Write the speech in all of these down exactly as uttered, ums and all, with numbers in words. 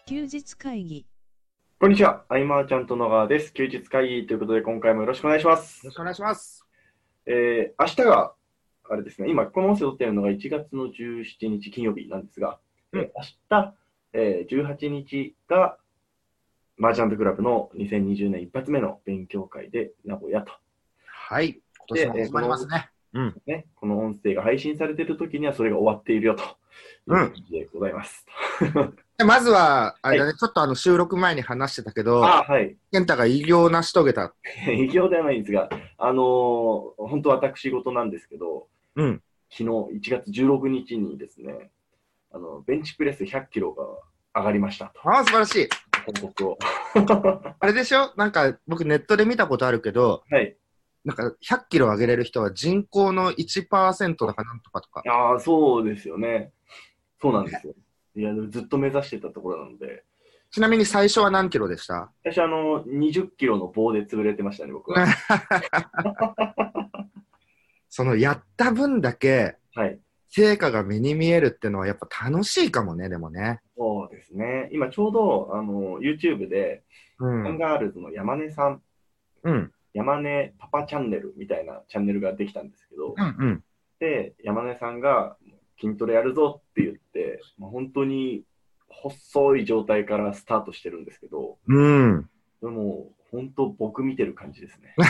休日会議。 こんにちは。アイマーちゃんと野川です。休日会議ということで、今回もよろしくお願いします。 よろしくお願いします。 えー、明日が、あれですね、今、この音声を撮っているのがいちがつのじゅうしちにち金曜日なんですが、 うんえー、明日、えー、じゅうはちにちが、マーチャントクラブのにせんにじゅうねん一発目の勉強会で名古屋と。 はい。今年も始まりますね。うん。 ね、この音声が配信されている時にはそれが終わっているよという感じでございます。 でまずは、あれだね、 はい、 ちょっとあの収録前に話してたけど、 あ、はい。 健太が偉業を成し遂げた。 偉業ではないんですが、あのー、本当私事なんですけど、 うん。 昨日いちがつじゅうろくにちにですね、あのベンチプレスひゃっキロが上がりましたと。 ああ、素晴らしい。 報告を。 あれでしょ、なんか僕ネットで見たことあるけど、 はい。 なんかひゃっキロ上げれる人は人口の いちパーセント だかなんとかとか。 ああ、そうですよね。そうなんですよ。いや、ずっと目指してたところなので。 ちなみに最初は何キロでした？ 私、あの、にじゅっキロの棒で潰れてましたね、僕は。 そのやった分だけ、 はい。 成果が目に見えるっていうのはやっぱ楽しいかもね、でもね。 そうですね。今ちょうど、あの、YouTube で、 うん。 アンガールズの山根さん、 うん。 山根パパチャンネルみたいなチャンネルができたんですけど、 うん。うん。 で、山根さんが筋トレやるぞって言って、まあ、本当に細い状態からスタートしてるんですけど、 うん。 でも本当僕見てる感じですね。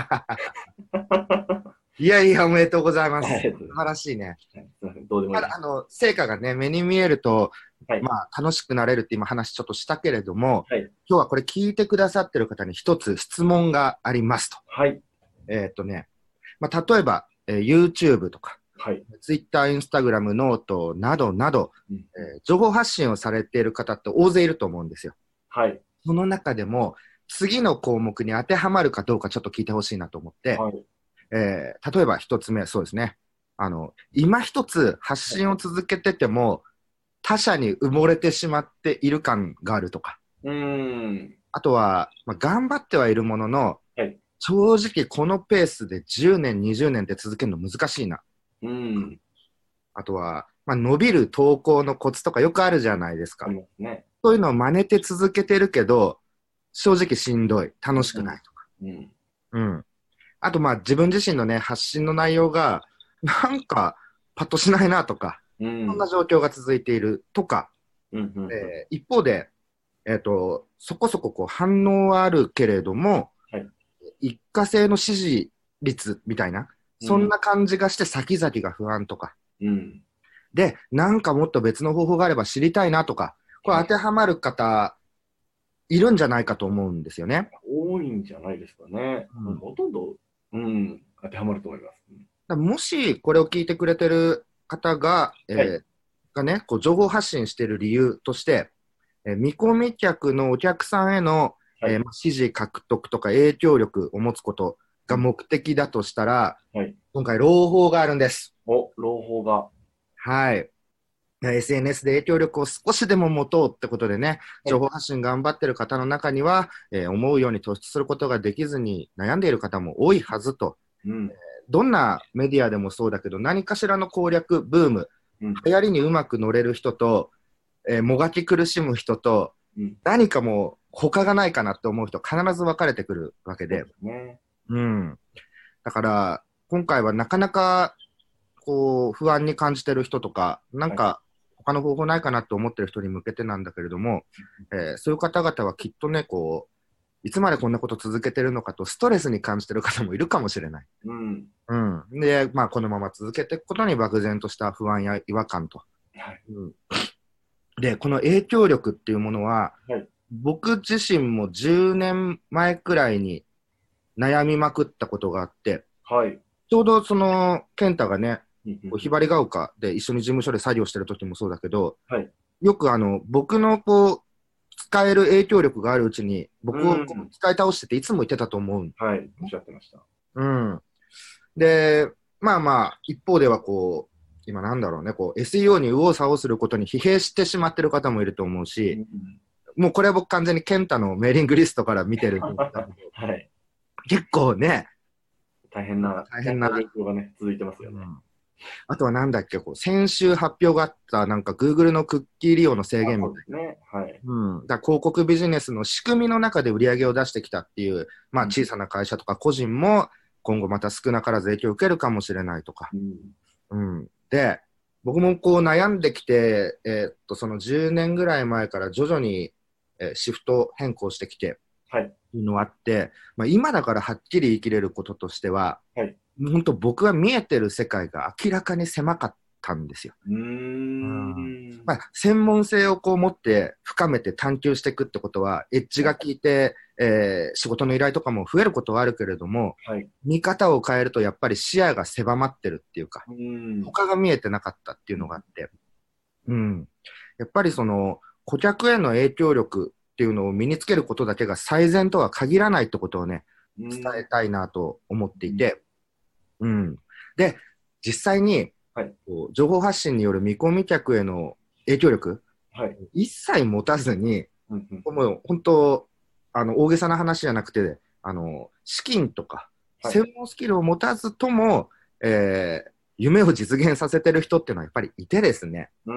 いやいや、おめでとうございます。 はい、 素晴らしいね。 はい、すみません、どうでもいいです。 ただ、あの、成果がね、目に見えると、 はい、 まあ、楽しくなれるって今話ちょっとしたけれども、 はい、 今日はこれ聞いてくださってる方に一つ質問がありますと。 はい、 えーっとね、まあ、例えば、えー YouTube とか、 はい、 Twitter、Instagram、ノートなどなど、 うん、 えー情報発信をされている方って大勢いると思うんですよ。 はい、 その中でも、次の項目に当てはまるかどうかちょっと聞いてほしいなと思って、 はい、 えー例えば一つ目、そうですね。あの、今一つ発信を続けてても、他者に埋もれてしまっている感があるとか。 うーん、 あとは、まあ、頑張ってはいるものの、 はい、 正直このペースでじゅうねん、にじゅうねんって続けるの難しいな。 うーん、 あとは、まあ、伸びる投稿のコツとかよくあるじゃないですか。 ありますね。 そういうのを真似て続けてるけど、正直しんどい、楽しくないとか。 うん、 うん。あと、まあ、自分自身のね、発信の内容が、なんか、パッとしないなとか、 うん、 そんな状況が続いているとか、 うん、うん、 えー一方で、えっと、そこそここう反応はあるけれども、 はい、 一過性の支持率みたいな、そんな感じがして先々が不安とか。 うん、 で、なんかもっと別の方法があれば知りたいなとか、これ当てはまる方、いるんじゃないかと思うんですよね。 多いんじゃないですかね。 うん、 ほとんど、うん、当てはまると思います。 だもしこれを聞いてくれてる方が、えーはいがね、こう情報発信している理由として、えー見込み客のお客さんへの、 はい、 えーまあ支持獲得とか影響力を持つことが目的だとしたら、 はい、 今回朗報があるんです。 お、朗報が。 はい。エスエヌエス で影響力を少しでも持とうってことでね、情報発信頑張ってる方の中には、えー思うように突出することができずに悩んでいる方も多いはずと。 うん、 どんなメディアでもそうだけど、何かしらの攻略、ブーム、 うん、 流行りにうまく乗れる人と、えーもがき苦しむ人と、 うん、 何かもう他がないかなって思う人必ず分かれてくるわけで。 そうですね。 うん。だから、今回はなかなか、こう、不安に感じてる人とか、なんか、他の方法ないかなと思ってる人に向けてなんだけれども、えーそういう方々はきっとね、こう、いつまでこんなこと続けてるのかと、ストレスに感じてる方もいるかもしれない。 うん、 うん。で、まあ、このまま続けていくことに漠然とした不安や違和感と。 はい、 うん、で、この影響力っていうものは、 はい、 僕自身もじゅうねんまえくらいに悩みまくったことがあって、 はい、 ちょうどその、健太がね、 うんうんこうひばりが丘で一緒に事務所で作業してる時もそうだけど、 はい、 よくあの、僕のこう、使える影響力があるうちに、僕をこうんう使い倒してていつも言ってたと思う。 はい、おっしゃってました。 うん。で、まあまあ、一方ではこう、今なんだろうね、こう、エスイーオー に右往左往することに疲弊してしまってる方もいると思ううし、 ん、 もうこれは僕完全に健太のメーリングリストから見てるんだけどはい、 結構ね、 大変な、 大変な勉強がね、続いてますよね。 うんあとはなんだっけ、こう先週発表があったなんか Google のクッキー利用の制限みたいな。 そうですね。はい。 うん、だから広告ビジネスの仕組みの中で売り上げを出してきたっていう、まあ、 うん小さな会社とか個人も今後また少なからず影響を受けるかもしれないとか。 うん。 うん、で、僕もこう悩んできて、えーっと、そのじゅうねんぐらい前から徐々に、えーシフト変更してきて、 はい。 いうのがあって、まあ、今だからはっきり言い切れることとしては、 はい。 本当僕は見えてる世界が明らかに狭かったんですよ。 うーうんん。 まあ、専門性をこう持って深めて探求していくってことは、エッジが効いて、えー仕事の依頼とかも増えることはあるけれども、 はい。 見方を変えるとやっぱり視野が狭まってるっていうか、 うーん。 他が見えてなかったっていうのがあって、うん。やっぱりその顧客への影響力っていうのを身につけることだけが最善とは限らないってことをね、 う伝えーん。 たいなと思っていて、うん。で、実際にはい。 こう情報発信による見込み客への影響力、 はい。 一切持たずに、 うんうん。 もう本当、あの大げさな話じゃなくて、あの資金とかはい。 専門スキルを持たずとも、えー夢を実現させてる人っていうのはやっぱりいてですね、 うん。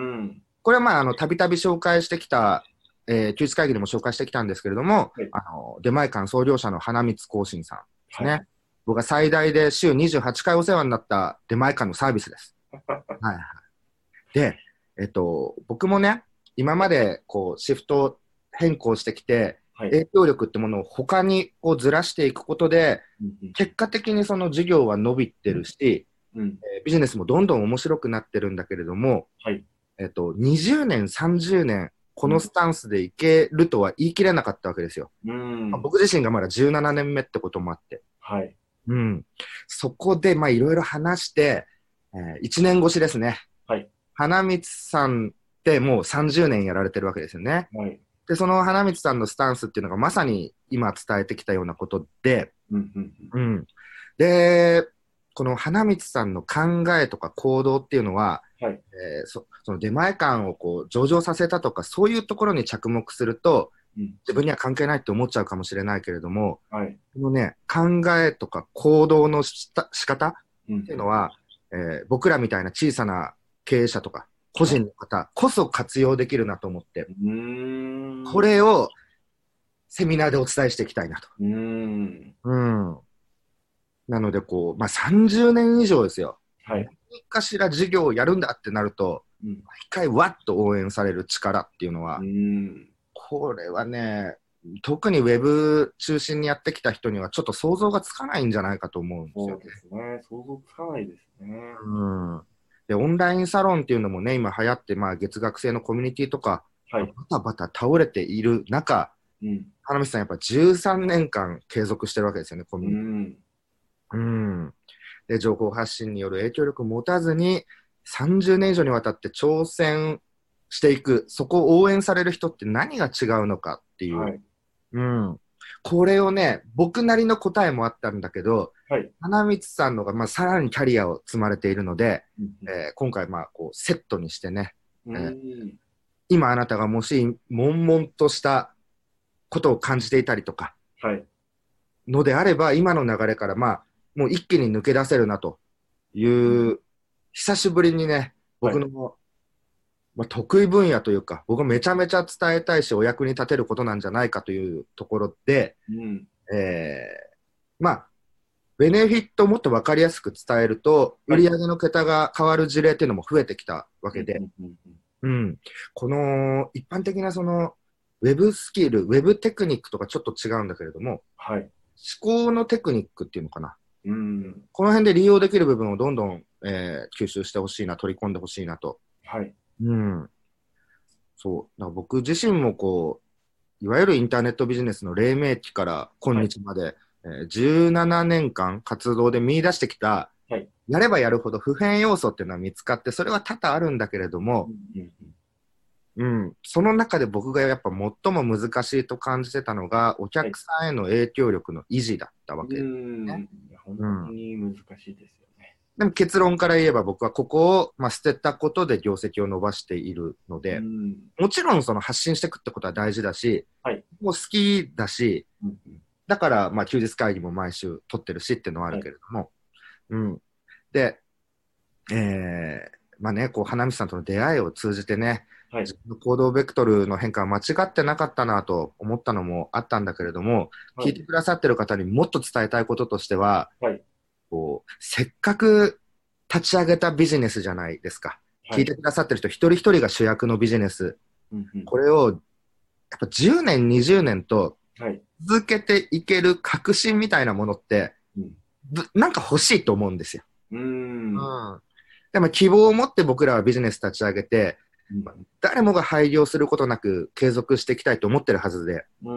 これはまあ、あの、たびたび紹介してきた、えー休日会議でも紹介してきたんですけれども、 はい。 あの、出前館創業者の花光光信さんですはい。 ね。僕が最大で週にじゅうはちかいお世話になった出前館のサービスです。はいはい。で、えっと、僕もね、今までこう、シフト変更してきて、 はい。 影響力ってものを他にこうずらしていくことで、 うんうん。 結果的にその事業は伸びてるし、 うん。 えービジネスもどんどん面白くなってるんだけれども、 はい。 えっと、にじゅうねん、さんじゅうねん、こうん。 のスタンスでいけるとは言い切れなかったわけですよ。 うまあん。 僕自身がまだじゅうななねんめってこともあって。 はい。 うん。そこで、まあ、いろいろ話して、えー、いちねん越しですね。 はい。 花光さんってもうさんじゅうねんやられてるわけですよね。 はい。 で、その花光さんのスタンスっていうのがまさに今伝えてきたようなことで、 うんうんうん。で、この花光さんの考えとか行動っていうのは、 うん。はい。 えーそその出前館をこう上場させたとかそういうところに着目するとうん。 自分には関係ないって思っちゃうかもしれないけれども、 はい。 このね、考えとか行動のした仕方っうんていうのは、えー僕らみたいな小さな経営者とか個はい。 人の方こそ活用できるなと思って、 うーん。 これをセミナーでお伝えしていきたいなと。 うーん。 うん。なのでこう、まあ、さんじゅうねん以上ですよ。何はい。 かしら事業をやるんだってなると、 うん。 毎回わっと応援される力っていうのは、 うーん。 これはね、特にウェブ中心にやってきた人にはちょっと想像がつかないんじゃないかと思うんですよね。 そうですね。想像つかないですね。 うん。で、オンラインサロンっていうのもね、今流行って、まあ月額制のコミュニティとか、 はい。 バタバタ倒れている中、 うん。 花道さんやっぱじゅうさんねんかん継続してるわけですよね、コうミュニテん。 ィ。うん。で、情報発信による影響力を持たずに、さんじゅうねん以上にわたって挑戦していく、そこを応援される人って何が違うのかっていう。 はい。 うん。これをね、僕なりの答えもあったんだけど、 はい。 花光さんのが、まあ、さらにキャリアを積まれているので、 うんえー今回、まあ、こう、セットにしてね、 うえーん。 今あなたがもし、悶々としたことを感じていたりとか、 はい。 のであれば、今の流れから、まあ、もう一気に抜け出せるなという、久しぶりにね、僕の、まあ、得意分野というか、僕がめちゃめちゃ伝えたいし、お役に立てることなんじゃないかというところで、 うん。 えーまあ、ベネフィットをもっと分かりやすく伝えると、 はい売上の桁が変わる事例っていうのも増えてきたわけで、 うんうんうん、この一般的なそのウェブスキル、ウェブテクニックとかちょっと違うんだけれども、 はい。 思考のテクニックっていうのかな。 うん。 この辺で利用できる部分をどんどん、えー吸収してほしいな、取り込んでほしいなと。 はい。 うん。そう。だから僕自身もこう、いわゆるインターネットビジネスの黎明期から今日まで、えーじゅうななねんかん活動で見出してきた、 はい。 やればやるほど普遍要素っていうのは見つかって、それは多々あるんだけれども、 うんうん、その中で僕がやっぱ最も難しいと感じてたのが、お客さんへの影響力の維持だったわけです。 うん。いや本当に難しいですよね。 でも結論から言えば僕はここを、まあ、捨てたことで業績を伸ばしているので、 うん。 もちろんその発信していくってことは大事だし、 はい。 もう好きだし、 うんだからまあ休日会議も毎週取ってるしっていうのはあるけれども、うん。で、 えー、まあね、こう、花道さんとの出会いを通じてね、 はい。 自分の行動ベクトルの変化は間違ってなかったなと思ったのもあったんだけれども、 はい。 聞いてくださってる方にもっと伝えたいこととしては、 はい。 こう、せっかく立ち上げたビジネスじゃないですか。 はい。 聞いてくださってる人一人一人が主役のビジネス。 うんうん。 これを、やっぱじゅうねん、にじゅうねんとはい。 続けていける革新みたいなものって、 うん。 ぶなんか欲しいと思うんですよ。 うーん。 うん。でも希望を持って僕らはビジネス立ち上げて、 うん。 まあ誰もが廃業することなく継続していきたいと思ってるはずで。 うん。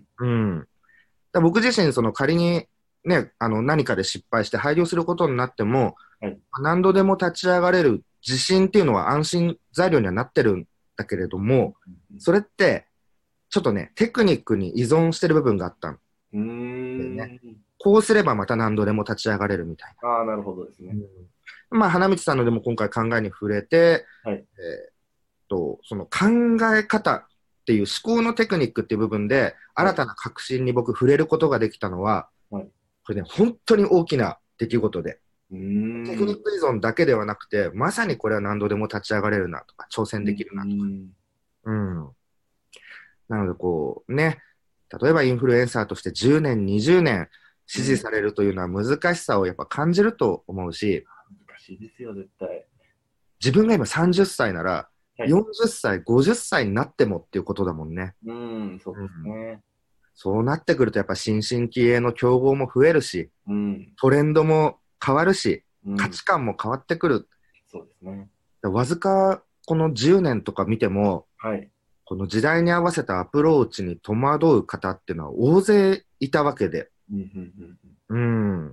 うん。だから僕自身、その仮にね、あの何かで失敗して廃業することになっても、 はい。 何度でも立ち上がれる自信っていうのは安心材料にはなってるんだけれども、それってちょっとね、テクニックに依存してる部分があったんうーだよね。 ん。 こうすればまた何度でも立ち上がれるみたいああ、なるほどですな。 ね。 うん、まあ、花道さんのでも今回考えに触れて、 はい。 えーっと、その考え方っていう思考のテクニックっていう部分で、 はい。 新たな革新に僕触れることができたのは、 はい。 これね、本当に大きな出来事で、 うーテクニッん。 ク依存だけではなくて、まさにこれは何度でも立ち上がれるなとか、挑戦うーできるなとか。 ん。 うん。なので、こう、ね、例えばインフルエンサーとしてじゅうねん、にじゅうねん支持うん。 されるというのは難しさをやっぱ感じると思うし、 難しいですよ、絶対。 自分が今さんじゅっさいなら、 はい。 よんじゅっさい、ごじゅっさいになってもっていうことだもんね。 うーん、そううん。 ですね。 そうなってくるとやっぱ新進気鋭の競合も増えるし、 うん。 トレンドも変わるし、価うん。 値観も変わってくる。 そうですね。 わずかこのじゅうねんとか見ても、 はい。 この時代に合わせたアプローチに戸惑う方っていうのは大勢いたわけで。 うん。うん。 うん。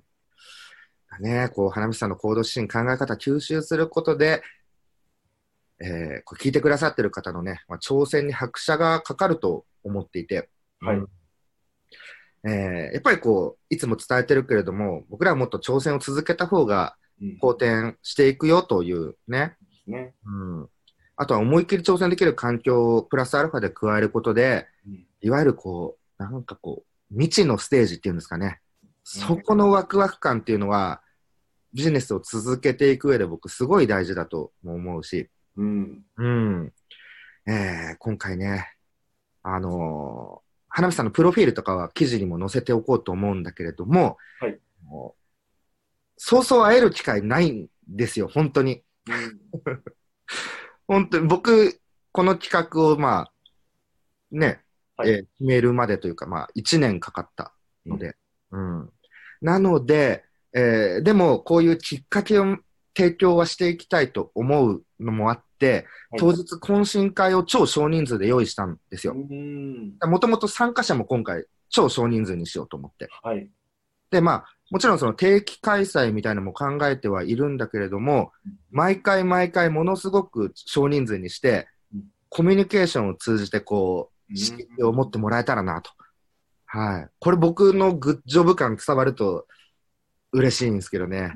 ね、こう、花見さんの行動指針、考え方吸収することで、えーこれ聞いてくださってる方のね、まあ、挑戦に拍車がかかると思っていて、 はい。 うん、えーやっぱりこう、いつも伝えてるけれども、僕らはもっと挑戦を続けた方がうん。 好転していくよというね、 ですね。 うん、あとは思いっきり挑戦できる環境をプラスアルファで加えることで、 うん。 いわゆるこう、なんかこう、未知のステージっていうんですかね、そね。 このワクワク感っていうのは、ビジネスを続けていく上で僕すごい大事だとも思うし、 うん。 うん、えー今回ね、あのー花火さんのプロフィールとかは記事にも載せておこうと思うんだけれども、 はい。 もうそうそう会える機会ないんですよ、本当に。 うん。 本当に僕、この企画をまあね、 はい。 えー決めるまでというか、まあいちねんかかったうん。 ので、うん。なので、えーでもこういうきっかけを提供はしていきたいと思うのもあって、 はい。 当日懇親会を超少人数で用意したんですうよ。 ん。 もともと参加者も今回超少人数にしようと思って。 はい。 で、まあ、もちろんその定期開催みたいなのも考えてはいるんだけれども、毎回毎回ものすごく少人数にして、 うん。 コミュニケーションを通じてこう、 うん。 刺激を持ってもらえたらなと。はい。これ僕のグッジョブ感伝わると嬉しいんですけどね。 うん。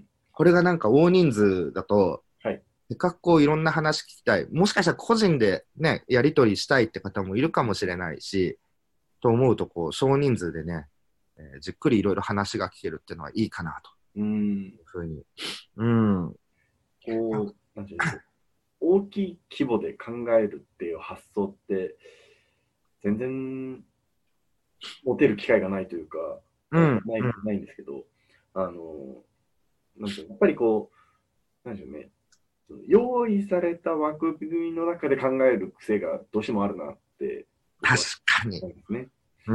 これがなんか大人数だと、 はい。 せっかくこういろんな話聞きたい。もしかしたら個人でね、やり取りしたいって方もいるかもしれないし、と思うとこう少人数でね、えーじっくりいろいろ話が聞けるっていうのはいいかなとうん。 いうふうに。うん。 こう、なんていうんでしょう。大きい規模で考えるっていう発想って、全然持てる機会がないというか、あのうん。 ない、 うん。 ないんですけど、あの、なんていうの、やっぱりこう、なんでしょうね、用意された枠組みの中で考える癖がどうしてもあるなって、僕確はかに。 思うんですね。 うん。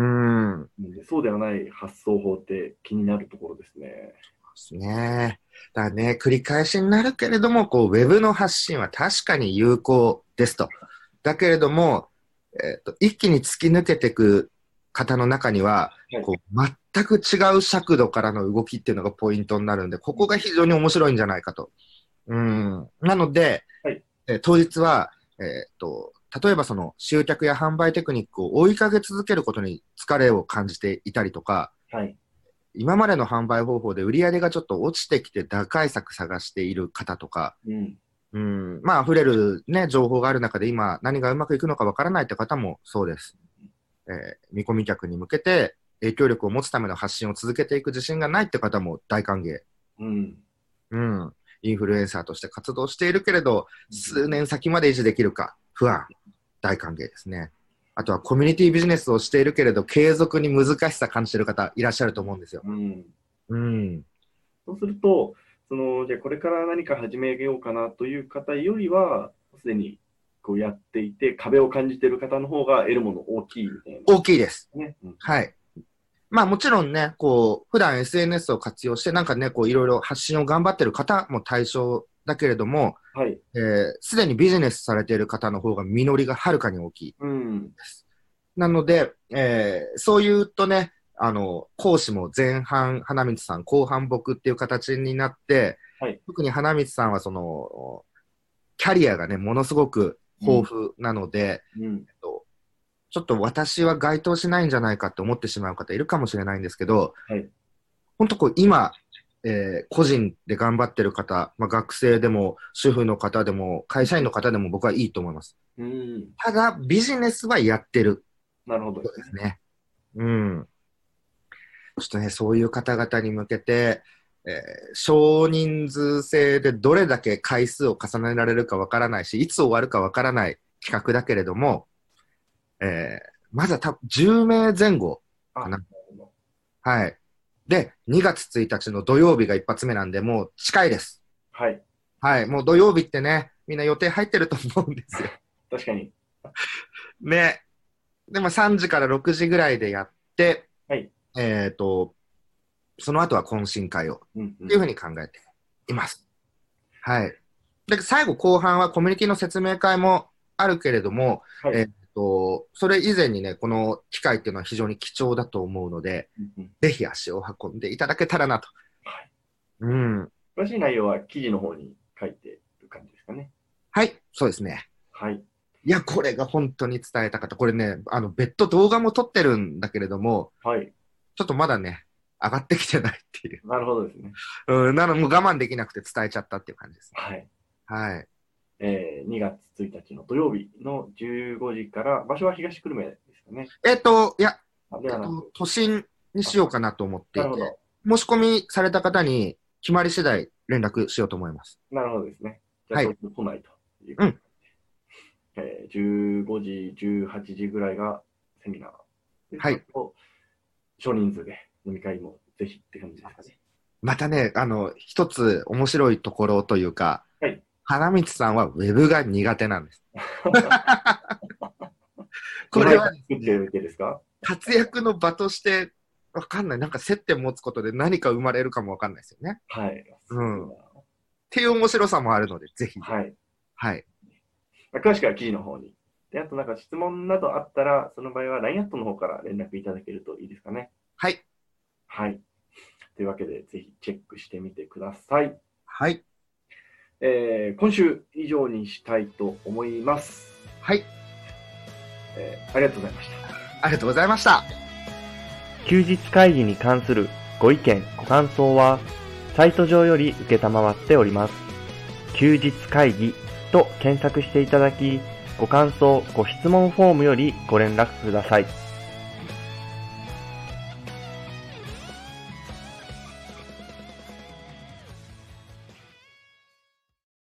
なのでそうではない発想法って気になるところですね。 ですね。だからね、繰り返しになるけれども、こう、ウェブの発信は確かに有効ですと。だけれども、えっと、一気に突き抜けていく方の中には、 はい。 こう、全く違う尺度からの動きっていうのがポイントになるんで、ここが非常に面白いんじゃないかと。うん。なので、 はい。 えー当日は、えっと、例えばその集客や販売テクニックを追いかけ続けることに疲れを感じていたりとか、 はい。 今までの販売方法で売り上げがちょっと落ちてきて打開策探している方とか、 うん。 うん、まあ溢れるね、情報がある中で今何がうまくいくのかわからないって方もそうです。えー見込み客に向けて影響力を持つための発信を続けていく自信がないって方も大歓迎。 うん。 うん。 インフルエンサーとして活動しているけれど、数年先まで維持できるか、不安、大歓迎ですね。あとはコミュニティビジネスをしているけれど、継続に難しさ感じている方いらっしゃると思うんですよ。 うん。 うん。 そうすると、その、じゃあこれから何か始めようかなという方よりは、すでにこうやっていて、壁を感じている方の方が得るもの大きいみたいな、 大きいです。 ね。うん、 はい。まあもちろんね、こう、普段 エスエヌエス を活用して、なんかね、こういろいろ発信を頑張ってる方も対象だけれども、 はい。 えー、すでにビジネスされている方の方が実りがはるかに大きいです。 うん。 なので、えー、そう言うとね、あの、講師も前半花道さん、後半僕っていう形になって、 はい、 特に花道さんはその、キャリアがね、ものすごく豊富なので、 うんうん、 えっと、ちょっと私は該当しないんじゃないかって思ってしまう方いるかもしれないんですけど、 はい、 本当こう今、えー、個人で頑張ってる方、まあ、学生でも主婦の方でも会社員の方でも僕はいいと思います。 うん、 ただビジネスはやってる。 なるほどですね。うん。そしてね、そういう方々に向けて、えー、少人数制でどれだけ回数を重ねられるかわからないし、いつ終わるかわからない企画だけれども、えー、まずは多分じゅうめいぜん後かな。はい。で、にがつついたちの土曜日が一発目なんで、もう近いです。 はい。 はい。もう土曜日ってね、みんな予定入ってると思うんですよ。 確かに。 ね。で、まあさんじからろくじぐらいでやって、 はい。 えっと、その後は懇親会を、 うんうん、 っていうふうに考えています。はい。で、最後後半はコミュニティの説明会もあるけれども、はい、えっと、それ以前にね、この機会っていうのは非常に貴重だと思うので、うんうん、ぜひ足を運んでいただけたらなと。はい。 うん。詳しい内容は記事の方に書いてる感じですかね。 はい、そうですね。 はい。 いや、これが本当に伝えたかった。これね、あの、別途動画も撮ってるんだけれども、 はい。 ちょっとまだね、上がってきてないっていう。 なるほどですね。 うん、なので、もう我慢できなくて伝えちゃったっていう感じです。 はい。 はい。 えー、にがつついたちの土曜日のじゅうごじから、場所は東久留米ですかね。 えっと、いや、 ではなく、 えっと、都心にしようかなと思っていて、申し込みされた方に決まり次第連絡しようと思います。 なるほどですね。じゃあ、はい、都内といううん。 えー、じゅうごじ、じゅうはちじぐらいがセミナー。 はい。 少人数で飲み会もぜひって感じですかね。 またね、あの、一つ面白いところというか、 はい、 花道さんはウェブが苦手なんです。これは、 ね、ですか？ 活躍の場として、わかんない。なんか接点持つことで何か生まれるかもわかんないですよね。 はい。 うん。っていう面白さもあるので、ぜひ。 はい。 はい。 詳しくは記事の方に。で、あとなんか質問などあったら、その場合は ライン アットの方から連絡いただけるといいですかね。 はい。 はい。というわけで、ぜひチェックしてみてください。 はい。 えー、今週以上にしたいと思います。 はい。 えー、ありがとうございました。 ありがとうございました。 休日会議に関するご意見、ご感想は、サイト上より受けたまわっております。休日会議と検索していただき、ご感想、ご質問フォームよりご連絡ください。